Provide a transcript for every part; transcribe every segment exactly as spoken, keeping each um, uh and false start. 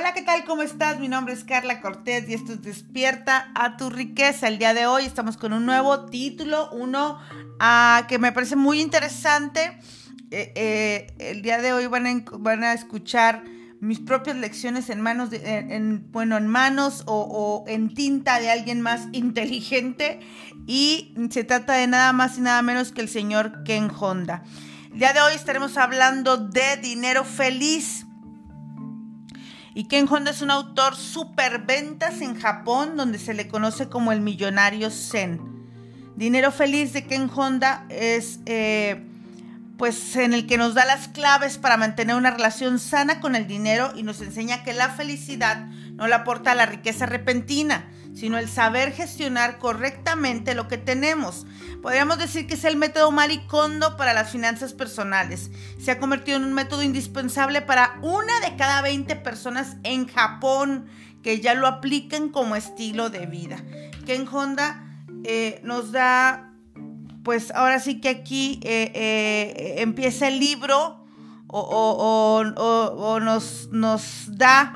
Hola, ¿qué tal? ¿Cómo estás? Mi nombre es Carla Cortés y esto es Despierta a tu Riqueza. El día de hoy estamos con un nuevo título, uno uh, que me parece muy interesante. Eh, eh, el día de hoy van a, van a escuchar mis propias lecciones en manos, de, en, en, bueno, en manos o, o en tinta de alguien más inteligente, y se trata de nada más y nada menos que el señor Ken Honda. El día de hoy estaremos hablando de dinero feliz. Y Ken Honda es un autor superventas en Japón, donde se le conoce como el millonario zen. Dinero feliz de Ken Honda es eh, pues en el que nos da las claves para mantener una relación sana con el dinero y nos enseña que la felicidad no la aporta la riqueza repentina, sino el saber gestionar correctamente lo que tenemos. Podríamos decir que es el método Marie Kondo para las finanzas personales. Se ha convertido en un método indispensable para una de cada veinte personas en Japón que ya lo aplican como estilo de vida. Ken Honda eh, nos da, pues ahora sí que aquí eh, eh, empieza el libro o, o, o, o, o nos, nos da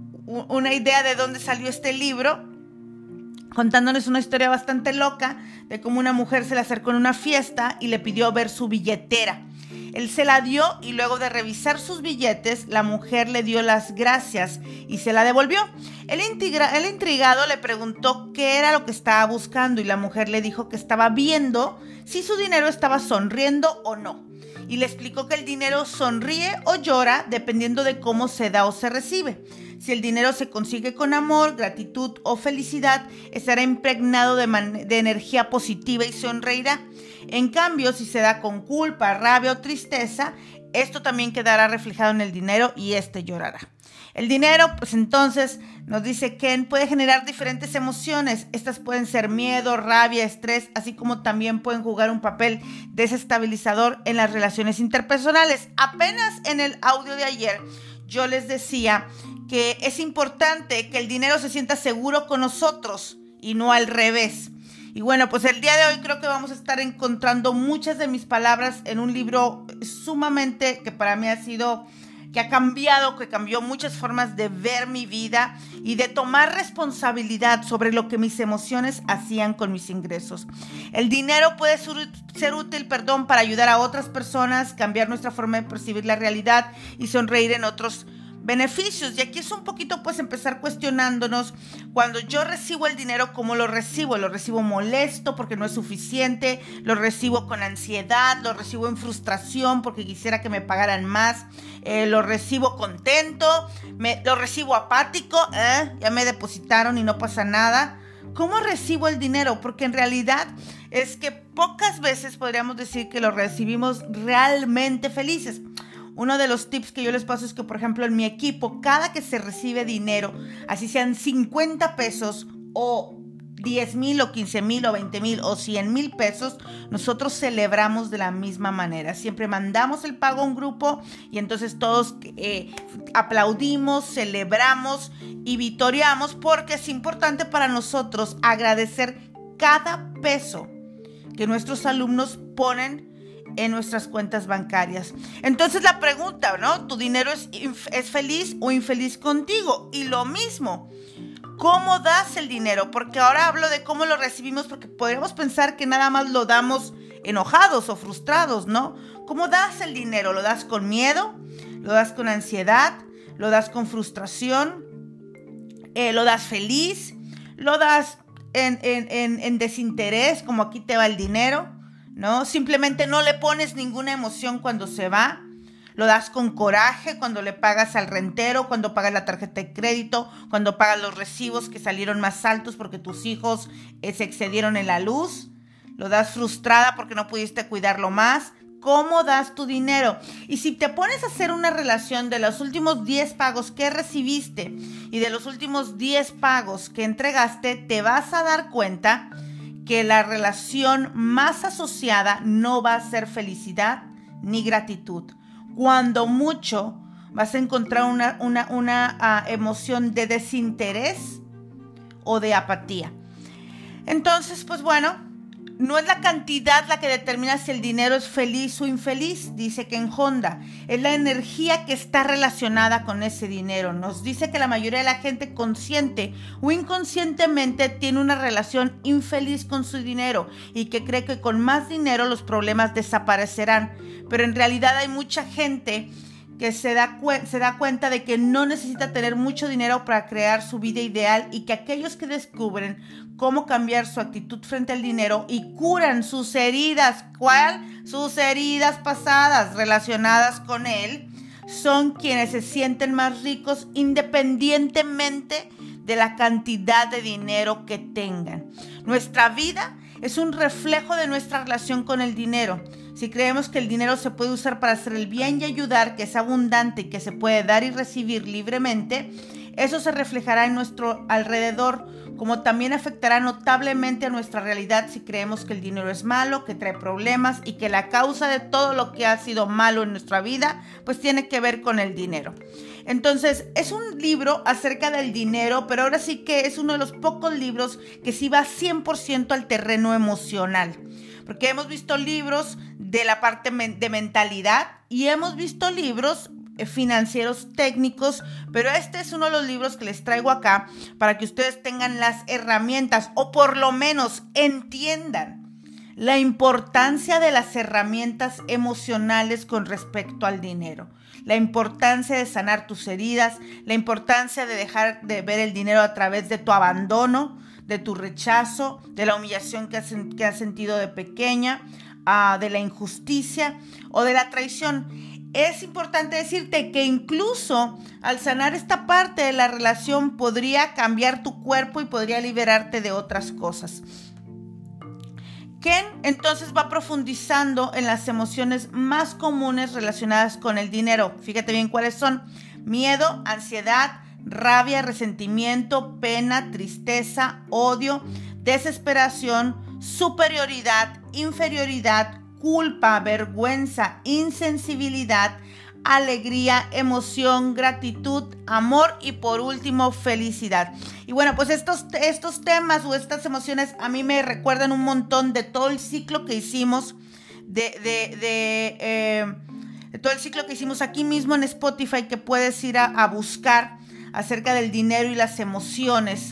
una idea de dónde salió este libro, contándonos una historia bastante loca de cómo una mujer se le acercó en una fiesta y le pidió ver su billetera. Él se la dio y luego de revisar sus billetes, la mujer le dio las gracias y se la devolvió. El, intriga, el intrigado le preguntó qué era lo que estaba buscando y la mujer le dijo que estaba viendo si su dinero estaba sonriendo o no. Y le explicó que el dinero sonríe o llora dependiendo de cómo se da o se recibe. Si el dinero se consigue con amor, gratitud o felicidad, estará impregnado de, man- de energía positiva y sonreirá. En cambio, si se da con culpa, rabia o tristeza, esto también quedará reflejado en el dinero y este llorará. El dinero, pues entonces, nos dice Ken, puede generar diferentes emociones. Estas pueden ser miedo, rabia, estrés, así como también pueden jugar un papel desestabilizador en las relaciones interpersonales. Apenas en el audio de ayer yo les decía que es importante que el dinero se sienta seguro con nosotros y no al revés. Y bueno, pues el día de hoy creo que vamos a estar encontrando muchas de mis palabras en un libro sumamente que para mí ha sido, que ha cambiado, que cambió muchas formas de ver mi vida y de tomar responsabilidad sobre lo que mis emociones hacían con mis ingresos. El dinero puede ser útil, perdón, para ayudar a otras personas, cambiar nuestra forma de percibir la realidad y sonreír en otros beneficios. Y aquí es un poquito pues empezar cuestionándonos cuando yo recibo el dinero, ¿cómo lo recibo? Lo recibo molesto porque no es suficiente, lo recibo con ansiedad, lo recibo en frustración porque quisiera que me pagaran más, eh, lo recibo contento, me, lo recibo apático, ¿eh? Ya me depositaron y no pasa nada. ¿Cómo recibo el dinero? Porque en realidad es que pocas veces podríamos decir que lo recibimos realmente felices. Uno de los tips que yo les paso es que, por ejemplo, en mi equipo, cada que se recibe dinero, así sean cincuenta pesos o diez mil o quince mil o veinte mil o cien mil pesos, nosotros celebramos de la misma manera. Siempre mandamos el pago a un grupo y entonces todos eh, aplaudimos, celebramos y vitoreamos porque es importante para nosotros agradecer cada peso que nuestros alumnos ponen en nuestras cuentas bancarias. Entonces la pregunta, ¿no? ¿Tu dinero es, es feliz o infeliz contigo? Y lo mismo, ¿cómo das el dinero? Porque ahora hablo de cómo lo recibimos, porque podríamos pensar que nada más lo damos enojados o frustrados, ¿no? ¿Cómo das el dinero? ¿Lo das con miedo? ¿Lo das con ansiedad? ¿Lo das con frustración? Eh, ¿Lo das feliz? ¿Lo das en, en, en, en desinterés, como aquí te va el dinero? ¿No? Simplemente no le pones ninguna emoción cuando se va. Lo das con coraje cuando le pagas al rentero, cuando pagas la tarjeta de crédito, cuando pagas los recibos que salieron más altos porque tus hijos eh, se excedieron en la luz. Lo das frustrada porque no pudiste cuidarlo más. ¿Cómo das tu dinero? Y si te pones a hacer una relación de los últimos diez pagos que recibiste y de los últimos diez pagos que entregaste, te vas a dar cuenta que la relación más asociada no va a ser felicidad ni gratitud. Cuando mucho vas a encontrar una, una, una uh, emoción de desinterés o de apatía. Entonces, pues bueno, No es la cantidad la que determina si el dinero es feliz o infeliz, dice Ken Honda. Es la energía que está relacionada con ese dinero. Nos dice que la mayoría de la gente consciente o inconscientemente tiene una relación infeliz con su dinero y que cree que con más dinero los problemas desaparecerán. Pero en realidad hay mucha gente que se da, se da cuenta de que no necesita tener mucho dinero para crear su vida ideal y que aquellos que descubren cómo cambiar su actitud frente al dinero y curan sus heridas, ¿cuál? Sus heridas pasadas relacionadas con él, son quienes se sienten más ricos independientemente de la cantidad de dinero que tengan. Nuestra vida es un reflejo de nuestra relación con el dinero. Si creemos que el dinero se puede usar para hacer el bien y ayudar, que es abundante y que se puede dar y recibir libremente, eso se reflejará en nuestro alrededor, como también afectará notablemente a nuestra realidad si creemos que el dinero es malo, que trae problemas y que la causa de todo lo que ha sido malo en nuestra vida, pues tiene que ver con el dinero. Entonces, es un libro acerca del dinero, pero ahora sí que es uno de los pocos libros que sí va cien por ciento al terreno emocional. Porque hemos visto libros de la parte de mentalidad y hemos visto libros financieros técnicos, pero este es uno de los libros que les traigo acá para que ustedes tengan las herramientas o por lo menos entiendan la importancia de las herramientas emocionales con respecto al dinero, la importancia de sanar tus heridas, la importancia de dejar de ver el dinero a través de tu abandono, de tu rechazo, de la humillación que has, que has sentido de pequeña, uh, de la injusticia o de la traición. Es importante decirte que incluso al sanar esta parte de la relación podría cambiar tu cuerpo y podría liberarte de otras cosas. Ken entonces va profundizando en las emociones más comunes relacionadas con el dinero. Fíjate bien cuáles son: miedo, ansiedad, rabia, resentimiento, pena, tristeza, odio, desesperación, superioridad, inferioridad, culpa, vergüenza, insensibilidad, alegría, emoción, gratitud, amor y por último felicidad. Y bueno, pues estos, estos temas o estas emociones a mí me recuerdan un montón de todo el ciclo que hicimos de, de, de, eh, de todo el ciclo que hicimos aquí mismo en Spotify, que puedes ir a, a buscar acerca del dinero y las emociones.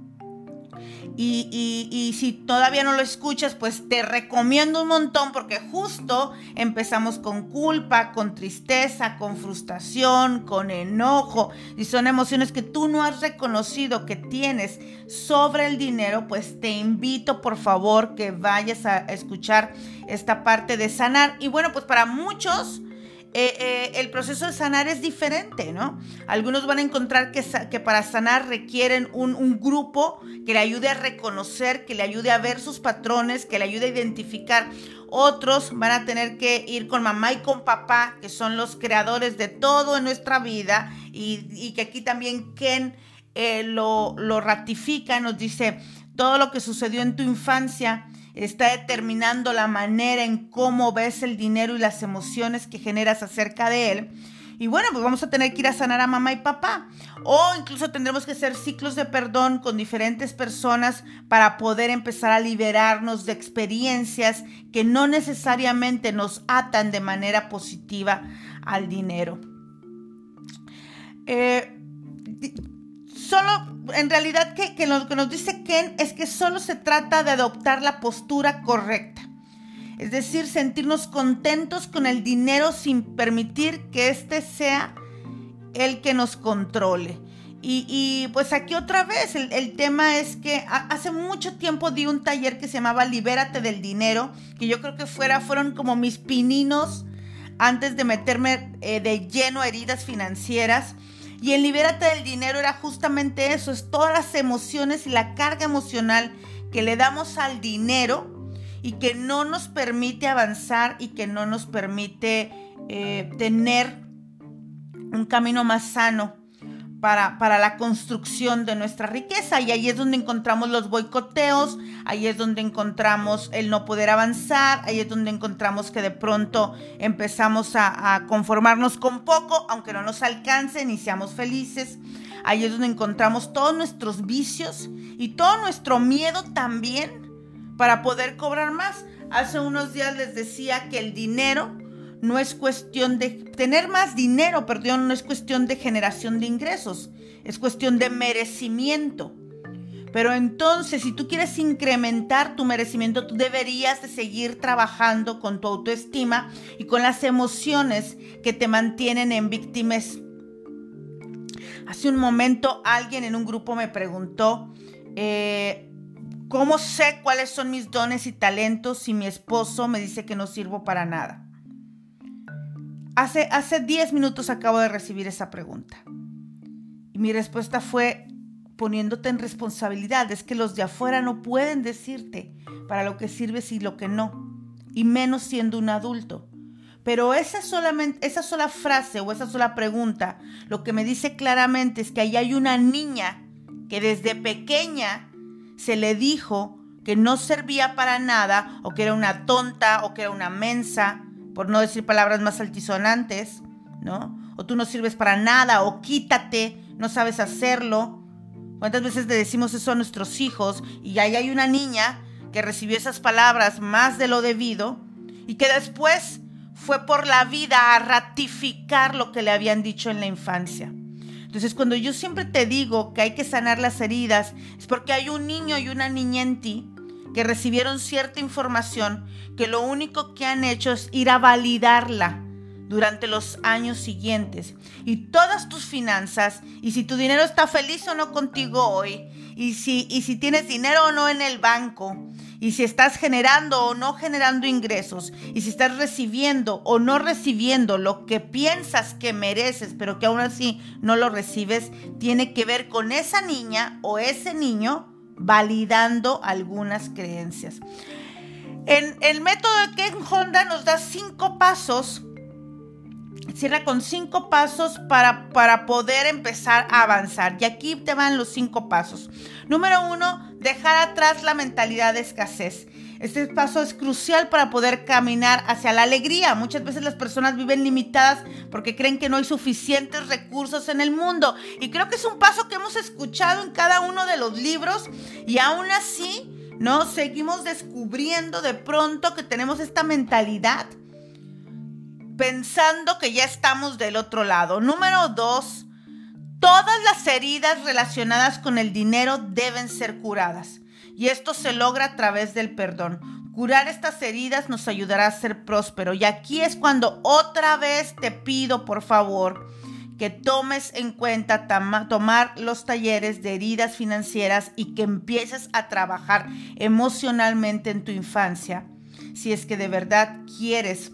Y, y, y si todavía no lo escuchas, pues te recomiendo un montón, porque justo empezamos con culpa, con tristeza, con frustración, con enojo, y son emociones que tú no has reconocido que tienes sobre el dinero. Pues te invito por favor que vayas a escuchar esta parte de sanar. Y bueno, pues para muchos Eh, eh, el proceso de sanar es diferente, ¿no? Algunos van a encontrar que, que para sanar requieren un, un grupo que le ayude a reconocer, que le ayude a ver sus patrones, que le ayude a identificar. Otros van a tener que ir con mamá y con papá, que son los creadores de todo en nuestra vida, y, y que aquí también Ken eh, lo, lo ratifica, nos dice: todo lo que sucedió en tu infancia está determinando la manera en cómo ves el dinero y las emociones que generas acerca de él. Y bueno, pues vamos a tener que ir a sanar a mamá y papá. O incluso tendremos que hacer ciclos de perdón con diferentes personas para poder empezar a liberarnos de experiencias que no necesariamente nos atan de manera positiva al dinero. Eh, solo... En realidad que, que lo que nos dice Ken es que solo se trata de adoptar la postura correcta. Es decir, sentirnos contentos con el dinero sin permitir que éste sea el que nos controle. Y, y pues aquí otra vez el, el tema es que a, hace mucho tiempo di un taller que se llamaba Libérate del Dinero, que yo creo que fuera, fueron como mis pininos antes de meterme eh, de lleno a heridas financieras. Y el Libérate del Dinero era justamente eso, es todas las emociones y la carga emocional que le damos al dinero y que no nos permite avanzar y que no nos permite eh, tener un camino más sano para, para la construcción de nuestra riqueza. Y ahí es donde encontramos los boicoteos, ahí es donde encontramos el no poder avanzar, ahí es donde encontramos que de pronto empezamos a, a conformarnos con poco, aunque no nos alcance ni seamos felices. Ahí es donde encontramos todos nuestros vicios y todo nuestro miedo también para poder cobrar más. Hace unos días les decía que el dinero no es cuestión de tener más dinero, perdón, no es cuestión de generación de ingresos, es cuestión de merecimiento. Pero entonces, si tú quieres incrementar tu merecimiento, tú deberías de seguir trabajando con tu autoestima y con las emociones que te mantienen en víctimas. Hace un momento alguien en un grupo me preguntó, eh, ¿cómo sé cuáles son mis dones y talentos si mi esposo me dice que no sirvo para nada? Hace, hace diez minutos acabo de recibir esa pregunta. Y mi respuesta fue, poniéndote en responsabilidad, es que los de afuera no pueden decirte para lo que sirves y lo que no, y menos siendo un adulto. Pero esa, solamente, esa sola frase o esa sola pregunta lo que me dice claramente es que ahí hay una niña que desde pequeña se le dijo que no servía para nada, o que era una tonta, o que era una mensa, por no decir palabras más altisonantes, ¿no? O tú no sirves para nada, o quítate, no sabes hacerlo. ¿Cuántas veces le decimos eso a nuestros hijos? Y ahí hay una niña que recibió esas palabras más de lo debido y que después fue por la vida a ratificar lo que le habían dicho en la infancia. Entonces, cuando yo siempre te digo que hay que sanar las heridas, es porque hay un niño y una niña en ti que recibieron cierta información que lo único que han hecho es ir a validarla durante los años siguientes. Y todas tus finanzas, y si tu dinero está feliz o no contigo hoy, y si, y si tienes dinero o no en el banco, y si estás generando o no generando ingresos, y si estás recibiendo o no recibiendo lo que piensas que mereces, pero que aún así no lo recibes, tiene que ver con esa niña o ese niño validando algunas creencias. En el método de Ken Honda nos da cinco pasos. Cierra con cinco pasos para, para poder empezar a avanzar. Y aquí te van los cinco pasos. Número uno, dejar atrás la mentalidad de escasez. Este paso es crucial para poder caminar hacia la alegría. Muchas veces las personas viven limitadas porque creen que no hay suficientes recursos en el mundo. Y creo que es un paso que hemos escuchado en cada uno de los libros. Y aún así, ¿no? Seguimos descubriendo de pronto que tenemos esta mentalidad, pensando que ya estamos del otro lado. Número dos, todas las heridas relacionadas con el dinero deben ser curadas. Y esto se logra a través del perdón. Curar estas heridas nos ayudará a ser próspero. Y aquí es cuando otra vez te pido, por favor, que tomes en cuenta tama, tomar los talleres de heridas financieras y que empieces a trabajar emocionalmente en tu infancia, si es que de verdad quieres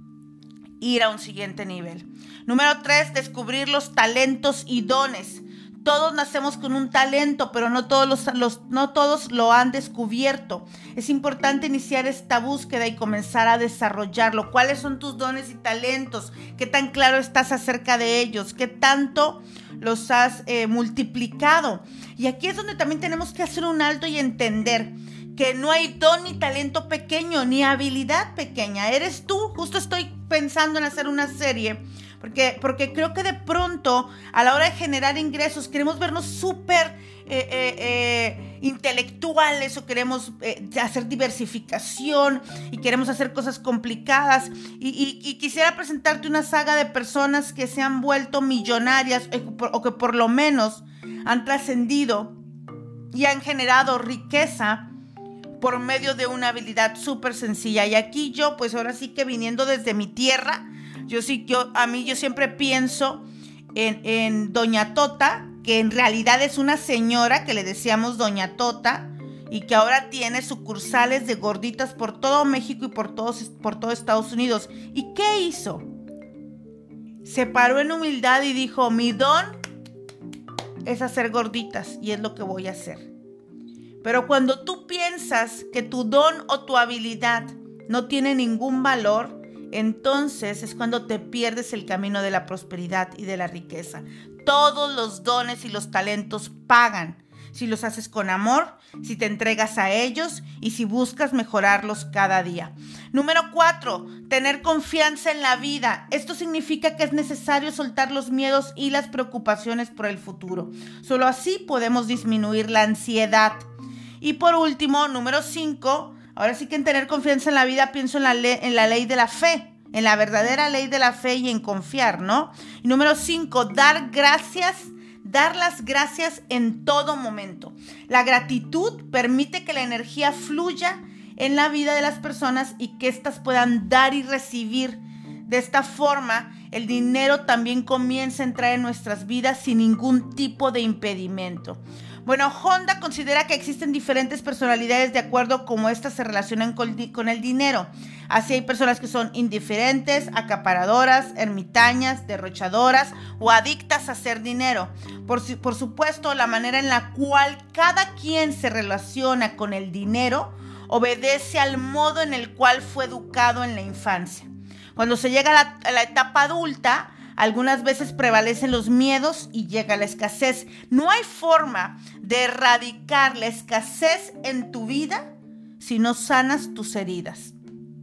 ir a un siguiente nivel. Número tres, descubrir los talentos y dones. Todos nacemos con un talento, pero no todos, los, los, no todos lo han descubierto. Es importante iniciar esta búsqueda y comenzar a desarrollarlo. ¿Cuáles son tus dones y talentos? ¿Qué tan claro estás acerca de ellos? ¿Qué tanto los has eh, multiplicado? Y aquí es donde también tenemos que hacer un alto y entender que no hay don ni talento pequeño, ni habilidad pequeña. Eres tú. Justo estoy pensando en hacer una serie, porque, porque creo que de pronto, a la hora de generar ingresos, queremos vernos súper eh, eh, eh, intelectuales, o queremos eh, hacer diversificación, y queremos hacer cosas complicadas. Y, y, y quisiera presentarte una saga de personas que se han vuelto millonarias, eh, o que por lo menos han trascendido y han generado riqueza por medio de una habilidad súper sencilla. Y aquí yo, pues ahora sí que viniendo desde mi tierra, yo sí, yo, a mí yo siempre pienso en, en Doña Tota, que en realidad es una señora que le decíamos Doña Tota, y que ahora tiene sucursales de gorditas por todo México y por, todos, por todo Estados Unidos. ¿Y qué hizo? Se paró en humildad y dijo, mi don es hacer gorditas, y es lo que voy a hacer. Pero cuando tú piensas que tu don o tu habilidad no tiene ningún valor, entonces es cuando te pierdes el camino de la prosperidad y de la riqueza. Todos los dones y los talentos pagan, si los haces con amor, si te entregas a ellos y si buscas mejorarlos cada día. Número cuatro, tener confianza en la vida. Esto significa que es necesario soltar los miedos y las preocupaciones por el futuro. Solo así podemos disminuir la ansiedad. Y por último, número cinco, ahora sí que en tener confianza en la vida pienso en la, ley, en la ley de la fe, en la verdadera ley de la fe y en confiar, ¿no? Y número cinco, dar gracias, dar las gracias en todo momento. La gratitud permite que la energía fluya en la vida de las personas y que éstas puedan dar y recibir. De esta forma, el dinero también comienza a entrar en nuestras vidas sin ningún tipo de impedimento. Bueno, Honda considera que existen diferentes personalidades de acuerdo a cómo éstas se relacionan con, con el dinero. Así hay personas que son indiferentes, acaparadoras, ermitañas, derrochadoras o adictas a hacer dinero. Por, por supuesto, la manera en la cual cada quien se relaciona con el dinero obedece al modo en el cual fue educado en la infancia. Cuando se llega a la, a la etapa adulta, algunas veces prevalecen los miedos y llega la escasez. No hay forma de erradicar la escasez en tu vida si no sanas tus heridas.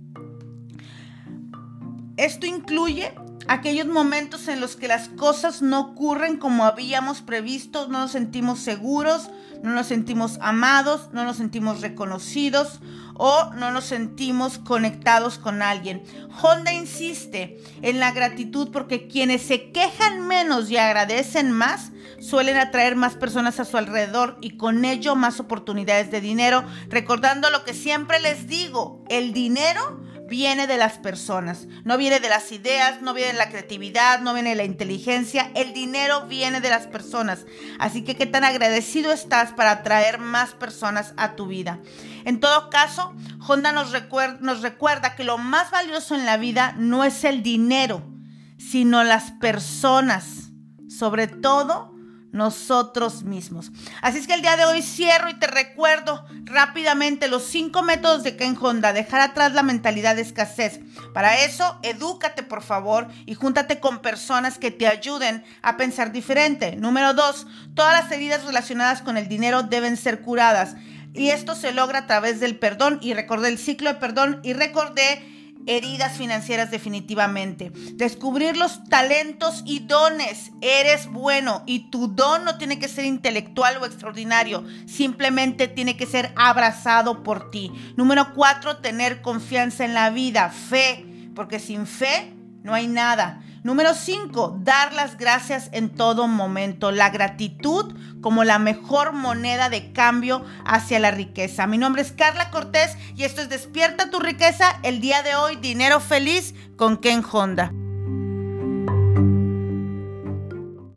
Esto incluye aquellos momentos en los que las cosas no ocurren como habíamos previsto, no nos sentimos seguros, no nos sentimos amados, no nos sentimos reconocidos o no nos sentimos conectados con alguien. Honda insiste en la gratitud porque quienes se quejan menos y agradecen más suelen atraer más personas a su alrededor y con ello más oportunidades de dinero, recordando lo que siempre les digo, el dinero viene de las personas, no viene de las ideas, no viene de la creatividad, no viene de la inteligencia, el dinero viene de las personas. Así que qué tan agradecido estás para atraer más personas a tu vida. En todo caso, Honda nos recuerda, nos recuerda que lo más valioso en la vida no es el dinero, sino las personas, sobre todo nosotros mismos. Así es que el día de hoy cierro y te recuerdo rápidamente los cinco métodos de Ken Honda. Dejar atrás la mentalidad de escasez. Para eso, edúcate por favor y júntate con personas que te ayuden a pensar diferente. Número dos, todas las heridas relacionadas con el dinero deben ser curadas. Y esto se logra a través del perdón. Y recordé el ciclo de perdón y recordé heridas financieras definitivamente. Descubrir los talentos y dones. Eres bueno y tu don no tiene que ser intelectual o extraordinario. Simplemente tiene que ser abrazado por ti. Número cuatro, tener confianza en la vida. Fe, porque sin fe no hay nada. Número cinco, dar las gracias en todo momento. La gratitud como la mejor moneda de cambio hacia la riqueza. Mi nombre es Carla Cortés y esto es Despierta tu Riqueza. El día de hoy, dinero feliz con Ken Honda.